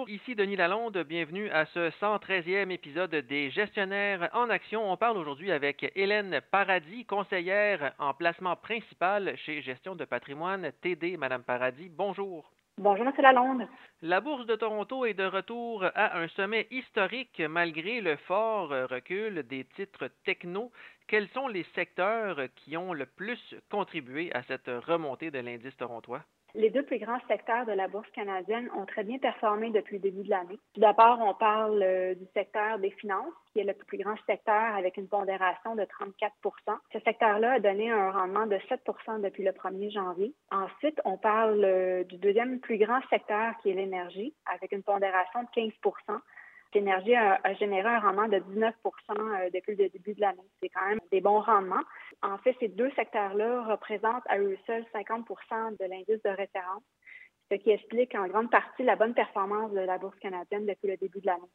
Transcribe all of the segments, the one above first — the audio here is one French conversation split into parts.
Bonjour, ici Denis Lalonde. Bienvenue à ce 113e épisode des Gestionnaires en action. On parle aujourd'hui avec Hélène Paradis, conseillère en placement principal chez Gestion de patrimoine TD. Madame Paradis, bonjour. Bonjour, M. Lalonde. La Bourse de Toronto est de retour à un sommet historique malgré le fort recul des titres techno. Quels sont les secteurs qui ont le plus contribué à cette remontée de l'indice torontois? Les deux plus grands secteurs de la bourse canadienne ont très bien performé depuis le début de l'année. Tout d'abord, on parle du secteur des finances, qui est le plus grand secteur avec une pondération de 34 Ce secteur-là a donné un rendement de 7 depuis le 1er janvier. Ensuite, on parle du deuxième plus grand secteur, qui est l'énergie, avec une pondération de 15 L'énergie a généré un rendement de 19 depuis le début de l'année. C'est quand même des bons rendements. En fait, ces deux secteurs-là représentent à eux seuls 50 de l'indice de référence, ce qui explique en grande partie la bonne performance de la Bourse canadienne depuis le début de l'année.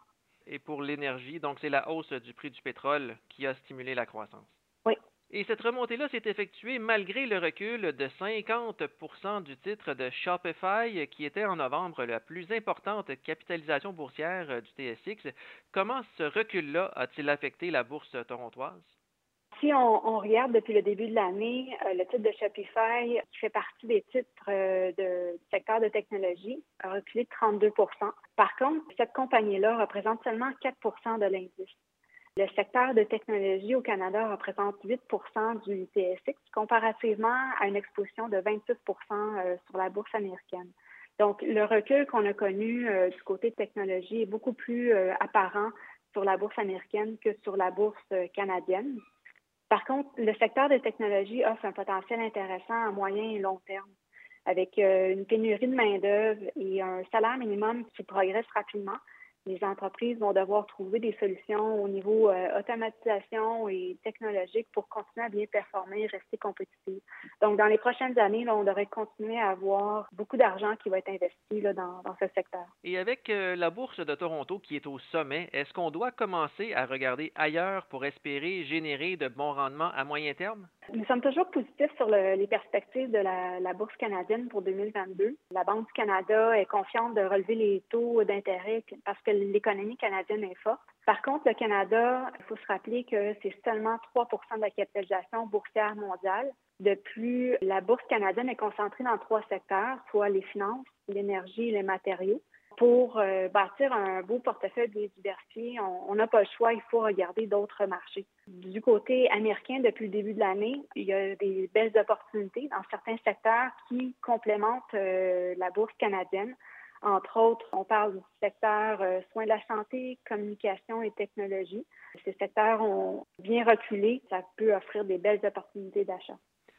Et pour l'énergie, donc c'est la hausse du prix du pétrole qui a stimulé la croissance. Oui. Et cette remontée-là s'est effectuée malgré le recul de 50 du titre de Shopify, qui était en novembre la plus importante capitalisation boursière du TSX. Comment ce recul-là a-t-il affecté la bourse torontoise? Si on regarde depuis le début de l'année, le titre de Shopify, qui fait partie des titres du secteur de technologie, a reculé de 32 Par contre, cette compagnie-là représente seulement 4 de l'indice. Le secteur de technologie au Canada représente 8 du TSX, comparativement à une exposition de 26 sur la bourse américaine. Donc, le recul qu'on a connu du côté de technologie est beaucoup plus apparent sur la bourse américaine que sur la bourse canadienne. Par contre, le secteur des technologies offre un potentiel intéressant à moyen et long terme, avec une pénurie de main-d'œuvre et un salaire minimum qui progresse rapidement. Les entreprises vont devoir trouver des solutions au niveau automatisation et technologique pour continuer à bien performer et rester compétitifs. Donc, dans les prochaines années, là, on devrait continuer à avoir beaucoup d'argent qui va être investi là, dans ce secteur. Et avec la bourse de Toronto qui est au sommet, est-ce qu'on doit commencer à regarder ailleurs pour espérer générer de bons rendements à moyen terme? Nous sommes toujours positifs sur les perspectives de la bourse canadienne pour 2022. La Banque du Canada est confiante de relever les taux d'intérêt parce que l'économie canadienne est forte. Par contre, le Canada, il faut se rappeler que c'est seulement 3 de la capitalisation boursière mondiale. De plus, la bourse canadienne est concentrée dans 3 secteurs, soit les finances, l'énergie et les matériaux. Pour bâtir un beau portefeuille bien diversifié, on n'a pas le choix, il faut regarder d'autres marchés. Du côté américain, depuis le début de l'année, il y a des belles opportunités dans certains secteurs qui complémentent la bourse canadienne. Entre autres, on parle du secteur soins de la santé, communication et technologie. Ces secteurs ont bien reculé, ça peut offrir des belles opportunités d'achat.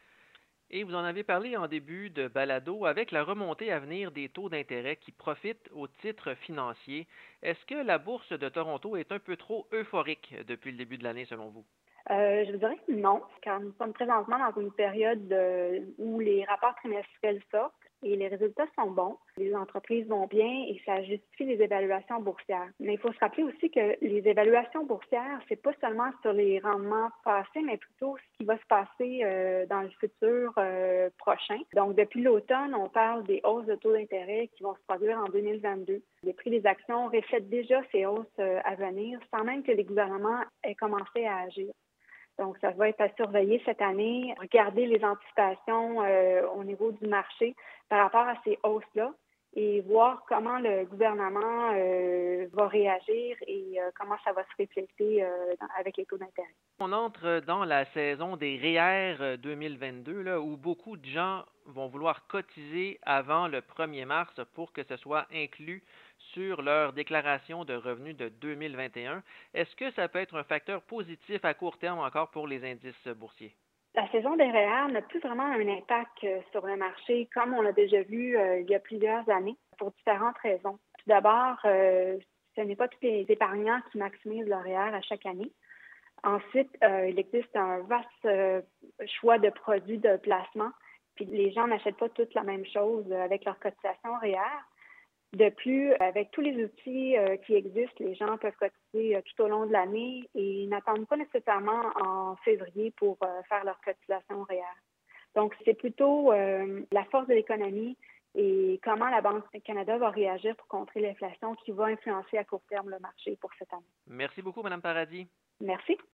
Et vous en avez parlé en début de balado avec la remontée à venir des taux d'intérêt qui profitent aux titres financiers. Est-ce que la bourse de Toronto est un peu trop euphorique depuis le début de l'année selon vous? Je vous dirais que non, car nous sommes présentement dans une période où les rapports trimestriels sortent et les résultats sont bons. Les entreprises vont bien et ça justifie les évaluations boursières. Mais il faut se rappeler aussi que les évaluations boursières, c'est pas seulement sur les rendements passés, mais plutôt ce qui va se passer dans le futur prochain. Donc, depuis l'automne, on parle des hausses de taux d'intérêt qui vont se produire en 2022. Les prix des actions reflètent déjà ces hausses à venir, sans même que les gouvernements aient commencé à agir. Donc, ça va être à surveiller cette année, regarder les anticipations au niveau du marché par rapport à ces hausses-là et voir comment le gouvernement va réagir et comment ça va se refléter avec les taux d'intérêt. On entre dans la saison des REER 2022, là, où beaucoup de gens vont vouloir cotiser avant le 1er mars pour que ce soit inclus sur leur déclaration de revenus de 2021. Est-ce que ça peut être un facteur positif à court terme encore pour les indices boursiers? La saison des REER n'a plus vraiment un impact sur le marché comme on l'a déjà vu il y a plusieurs années pour différentes raisons. Tout d'abord, ce n'est pas tous les épargnants qui maximisent leur REER à chaque année. Ensuite, il existe un vaste choix de produits de placement, puis les gens n'achètent pas toutes la même chose avec leur cotisation REER. De plus, avec tous les outils qui existent, les gens peuvent cotiser tout au long de l'année et n'attendent pas nécessairement en février pour faire leur cotisation REER. Donc, c'est plutôt la force de l'économie et comment la Banque du Canada va réagir pour contrer l'inflation qui va influencer à court terme le marché pour cette année. Merci beaucoup, Mme Paradis. Merci.